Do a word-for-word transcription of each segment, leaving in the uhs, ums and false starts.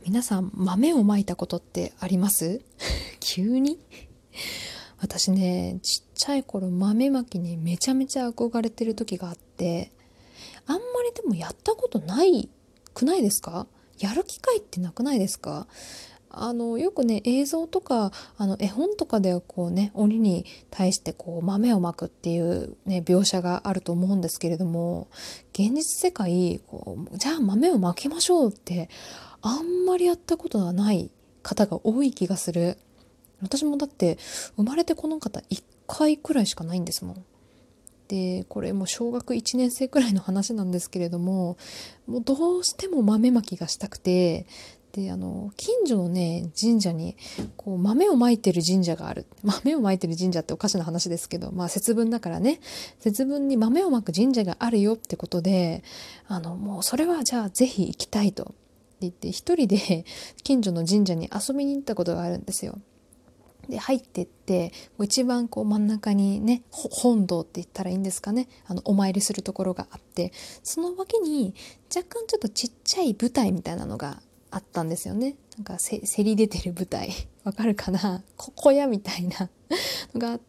皆さん豆をまいたことってあります急に私ね、ちっちゃい頃豆まきにめちゃめちゃ憧れてる時があって、あんまりでもやったことないくないですか？やる機会ってなくないですか？あのよくね、映像とかあの絵本とかではこうね、鬼に対してこう豆をまくっていうね描写があると思うんですけれども、現実世界こうじゃあ豆をまきましょうってあんまりやったことがない方が多い気がする。私もだって生まれてこの方いっかいくらいしかないんですもん。でこれもう小学いちねん生くらいの話なんですけれども、もうどうしても豆まきがしたくて、であの近所のね神社にこう豆をまいてる神社がある。豆をまいてる神社っておかしな話ですけど、まあ節分だからね、節分に豆をまく神社があるよってことで、あのもうそれはじゃあぜひ行きたいとって言って一人で近所の神社に遊びに行ったことがあるんですよ。で入ってって一番こう真ん中にね、本堂って言ったらいいんですかね、あのお参りするところがあって、その脇に若干ちょっとちっちゃい舞台みたいなのがあったんですよね。なんかせせり出てる舞台わかるかな、こ小屋みたいなのがあって、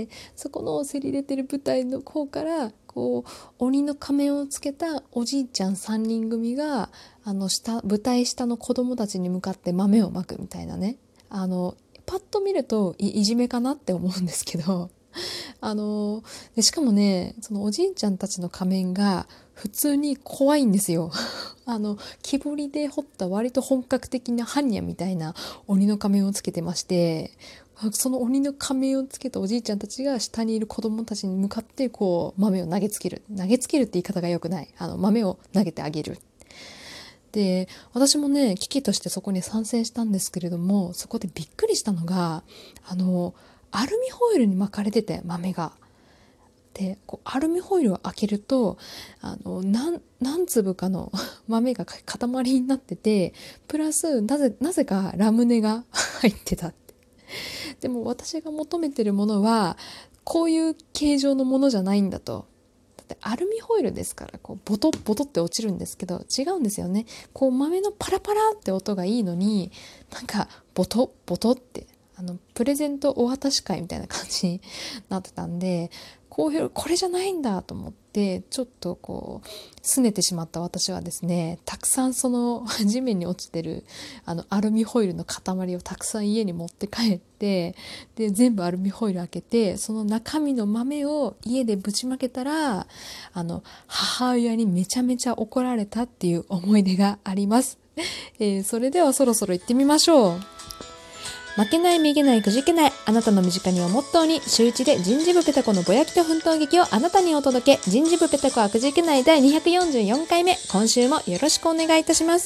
そこのせり出てる舞台の方からこう鬼の仮面をつけたおじいちゃんさんにん組があの下舞台下の子供たちに向かって豆をまくみたいなね、あのパッと見ると い, いじめかなって思うんですけど、あのでしかもね、そのおじいちゃんたちの仮面が普通に怖いんですよ。あの木彫りで彫った割と本格的な般若みたいな鬼の仮面をつけてまして、その鬼の仮面をつけたおじいちゃんたちが下にいる子供たちに向かってこう豆を投げつける投げつけるって言い方が良くない、あの豆を投げてあげる。で私もね危機としてそこに参戦したんですけれども、そこでびっくりしたのが、あのアルミホイルに巻かれてて豆が。でこうアルミホイルを開けるとあの 何, 何粒かの豆が塊になってて、プラスなぜなぜかラムネが入ってたって。でも私が求めてるものはこういう形状のものじゃないんだと。アルミホイルですからこうボトボトって落ちるんですけど、違うんですよね。こう豆のパラパラって音がいいのに、なんかボトボトってあのプレゼントお渡し会みたいな感じになってたんで、こういうこれじゃないんだと思ってちょっとこう拗ねてしまった私はですね、たくさんその地面に落ちてるあのアルミホイルの塊をたくさん家に持って帰って、で全部アルミホイル開けてその中身の豆を家でぶちまけたら、あの母親にめちゃめちゃ怒られたっていう思い出があります。えー、それではそろそろ行ってみましょう。負けない、めげない、くじけない、あなたの身近にをモットーに週一で人事部ペタコのぼやきと奮闘劇をあなたにお届け、人事部ペタコはくじけないだいにひゃくよんじゅうよんかいめ、今週もよろしくお願いいたします。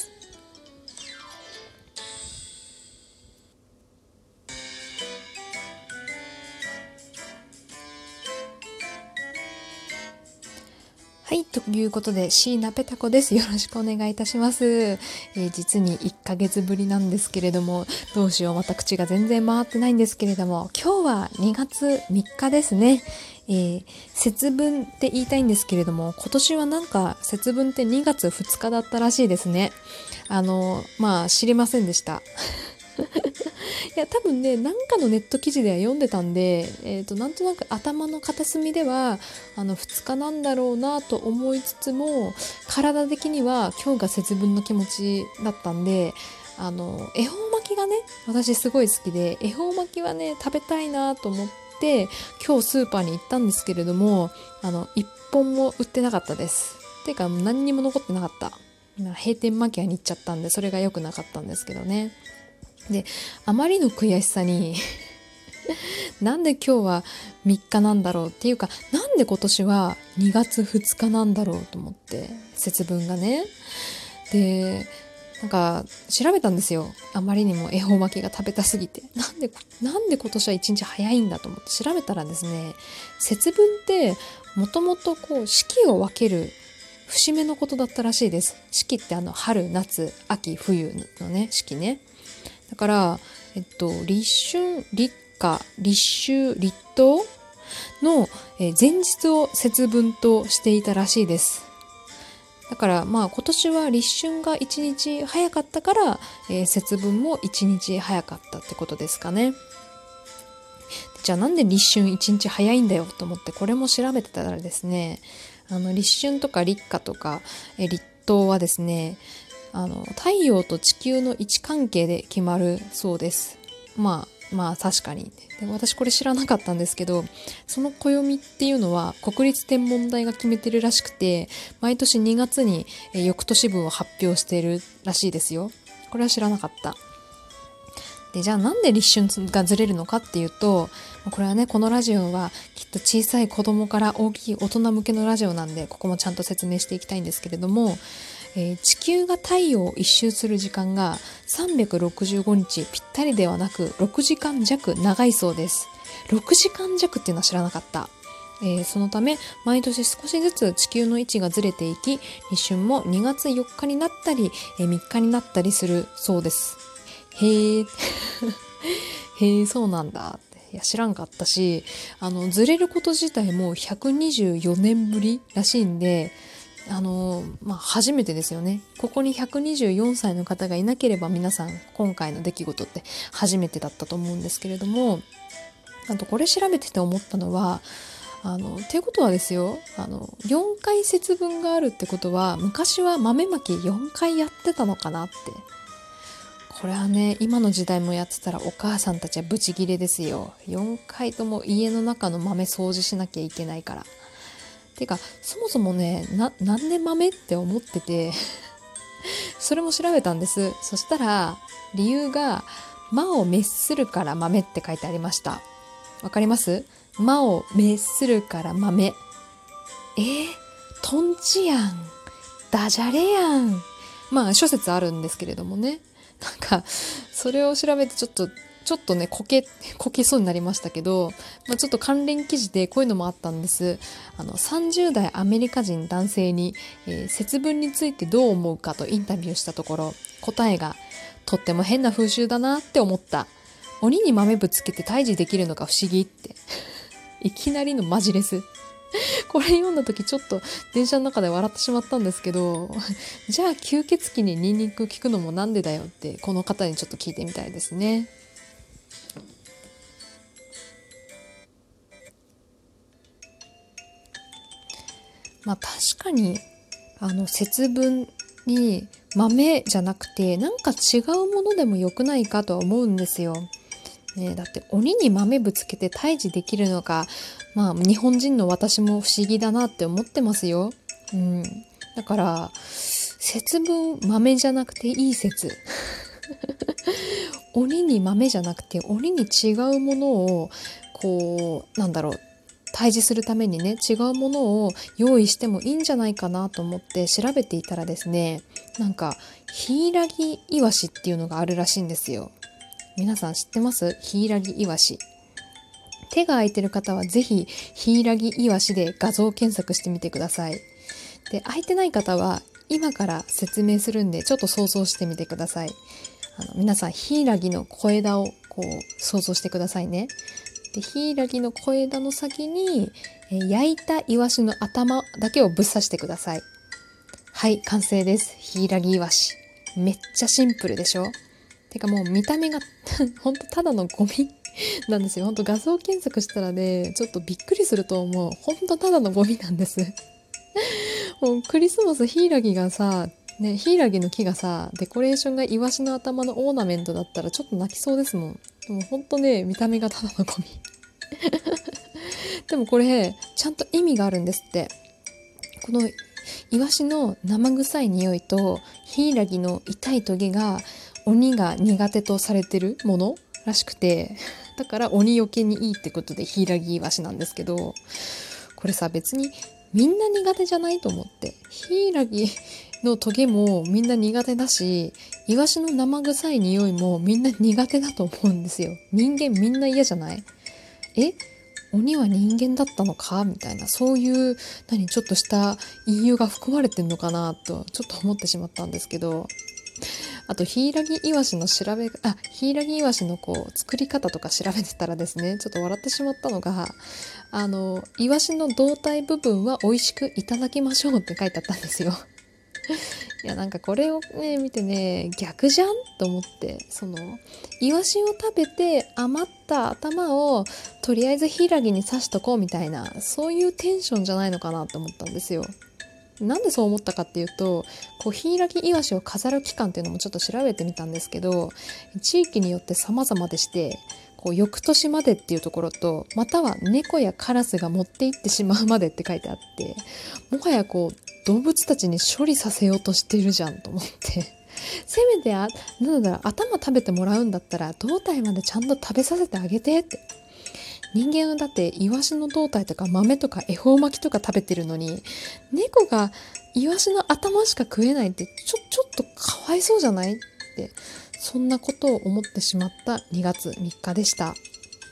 はい、ということで椎名ペタ子です。よろしくお願いいたします。えー、実にいっかげつぶりなんですけれども、どうしよう、また口が全然回ってないんですけれども、今日はにがつみっかですね。えー、節分って言いたいんですけれども、今年はなんか節分ってにがつふつかだったらしいですね。あのまあ知りませんでしたいや多分ね、なんかのネット記事では読んでたんで、えーと、なんとなく頭の片隅ではあのふつかなんだろうなと思いつつも、体的には今日が節分の気持ちだったんで、あの恵方巻きがね私すごい好きで、恵方巻きはね食べたいなと思って今日スーパーに行ったんですけれども、あのいっぽんも売ってなかったです。ていうか何にも残ってなかった。閉店間際に行っちゃったんで、それが良くなかったんですけどね。であまりの悔しさになんで今日はみっかなんだろうっていうか、なんで今年はにがつふつかなんだろうと思って、節分がね。でなんか調べたんですよ。あまりにも恵方巻きが食べたすぎて、なんでなんで今年はいちにち早いんだと思って調べたらですね、節分ってもともとこう四季を分ける節目のことだったらしいです。四季ってあの春夏秋冬のね四季ね。だから、えっと、立春、立夏、立秋、立冬の、えー前日を節分としていたらしいです。 だからまあ今年は立春がいちにち早かったから、えー、節分もいちにち早かったってことですかね。じゃあなんで立春いちにち早いんだよと思ってこれも調べてたらですね、あの立春とか立夏とか、え立冬はですね、あの太陽と地球の位置関係で決まるそうです。まあまあ確かにで私これ知らなかったんですけど、その暦っていうのは国立天文台が決めてるらしくて、毎年にがつにえ翌年分を発表しているらしいですよ。これは知らなかった。でじゃあなんで立春がずれるのかっていうと、これはね、このラジオはきっと小さい子供から大きい大人向けのラジオなんで、ここもちゃんと説明していきたいんですけれども、えー、地球が太陽を一周する時間がさんびゃくろくじゅうごにちぴったりではなくろくじかんじゃく長いそうです。ろくじかんじゃくっていうのは知らなかった。えー、そのため毎年少しずつ地球の位置がずれていき、立春もにがつよっかになったり、えー、みっかになったりするそうです。へーへえ、そうなんだって。いや知らんかったし、あのずれること自体もひゃくにじゅうよねんぶりらしいんで、あのまあ初めてですよね。ここにひゃくにじゅうよんさいの方がいなければ皆さん今回の出来事って初めてだったと思うんですけれども、あとこれ調べてて思ったのは、あのっていうことはですよ、あのよんかい節分があるってことは昔は豆まきよんかいやってたのかなって。これはね、今の時代もやってたらお母さんたちはブチギレですよ。よんかいとも家の中の豆掃除しなきゃいけないから。てかそもそもね、ななんで豆って思っててそれも調べたんです。そしたら理由が魔を滅するから豆って書いてありました。わかります？魔を滅するから豆。えー、トンチやん、ダジャレやん。まあ諸説あるんですけれどもね、なんかそれを調べてちょっとちょっとねこけこけそうになりましたけど、まあ、ちょっと関連記事でこういうのもあったんです。あのさんじゅうだいアメリカ人男性に、えー、節分についてどう思うかとインタビューしたところ、答えがとっても変な風習だなって思った、鬼に豆ぶつけて退治できるのか不思議っていきなりのマジレス。これ読んだ時ちょっと電車の中で笑ってしまったんですけど、じゃあ吸血鬼にニンニク効くのもなんでだよってこの方にちょっと聞いてみたいですね。まあ確かにあの節分に豆じゃなくてなんか違うものでもよくないかとは思うんですよ。ね、だって鬼に豆ぶつけて退治できるのか、まあ日本人の私も不思議だなって思ってますよ。うん、だから節分豆じゃなくていい説鬼に豆じゃなくて鬼に違うものをこうなんだろう退治するためにね、違うものを用意してもいいんじゃないかなと思って調べていたらですね、なんかヒイラギイワシっていうのがあるらしいんですよ。皆さん知ってます？ヒイラギイワシ。手が空いてる方はぜひヒイラギイワシで画像検索してみてください。で、空いてない方は今から説明するんでちょっと想像してみてください。あの皆さんヒイラギの小枝をこう想像してくださいね。で、ヒイラギの小枝の先に、えー、焼いたイワシの頭だけをぶっ刺してください。はい、完成です。ヒイラギイワシ。めっちゃシンプルでしょ？てかもう見た目がほんとただのゴミなんですよ。ほんと画像検索したらね、ちょっとびっくりすると思う。ほんとただのゴミなんですもうクリスマスヒイラギがさ、ね、ヒイラギの木がさ、デコレーションがイワシの頭のオーナメントだったらちょっと泣きそうですもん。でもほんとね、見た目がただのゴミでもこれちゃんと意味があるんですって。このイワシの生臭い匂いとヒイラギの痛いトゲが鬼が苦手とされてるものらしくて、だから鬼よけにいいってことでヒイラギイワシなんですけど、これさ別にみんな苦手じゃないと思って。ヒイラギのトゲもみんな苦手だし、イワシの生臭い匂いもみんな苦手だと思うんですよ。人間みんな嫌じゃない？え鬼は人間だったのかみたいな、そういう何ちょっとした隠喩が含まれてんのかなとちょっと思ってしまったんですけど、あとヒイラギイワシの調べあヒイラギイワシのこう作り方とか調べてたらですね、ちょっと笑ってしまったのが、あのイワシの胴体部分は美味しくいただきましょうって書いてあったんですよ。 いやなんかこれをね見てね逆じゃんと思って、そのイワシを食べて余った頭をとりあえずヒイラギに刺しとこうみたいな、そういうテンションじゃないのかなと思ったんですよ。なんでそう思ったかっていうと、こうヒイラギイワシを飾る期間っていうのもちょっと調べてみたんですけど、地域によって様々でして、こう翌年までっていうところと、または猫やカラスが持って行ってしまうまでって書いてあって、もはやこう動物たちに処理させようとしてるじゃんと思ってせめてあなんだろう頭食べてもらうんだったら胴体までちゃんと食べさせてあげてって。人間はだってイワシの胴体とか豆とか恵方巻きとか食べてるのに、猫がイワシの頭しか食えないってちょちょっとかわいそうじゃないって、そんなことを思ってしまったにがつみっかでした。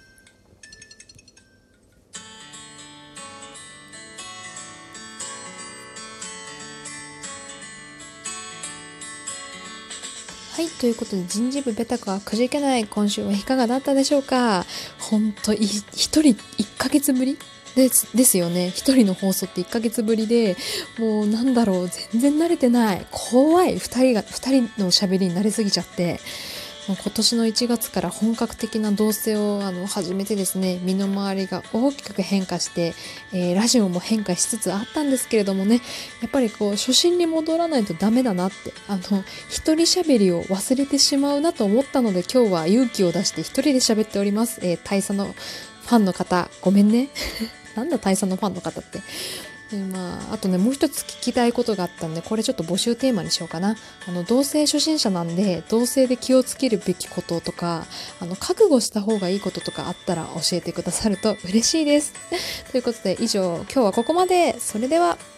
はい、ということで人事部ベタかはくじけない今週はいかがだったでしょうか。ほんと一人いっかげつぶりですですよね。一人の放送っていっかげつぶりで、もうなんだろう、全然慣れてない、怖い、二人が二人の喋りに慣れすぎちゃって、もう今年のいちがつから本格的な同棲をあの始めてですね、身の回りが大きく変化して、えー、ラジオも変化しつつあったんですけれどもね、やっぱりこう初心に戻らないとダメだなって、あの一人喋りを忘れてしまうなと思ったので、今日は勇気を出して一人で喋っております。えー、大佐のファンの方ごめんねなんだ大佐のファンの方って。でまあ、あとねもう一つ聞きたいことがあったんで、これちょっと募集テーマにしようかな。あの同性初心者なんで、同性で気をつけるべきこととか、あの覚悟した方がいいこととかあったら教えてくださると嬉しいですということで以上、今日はここまで。それでは。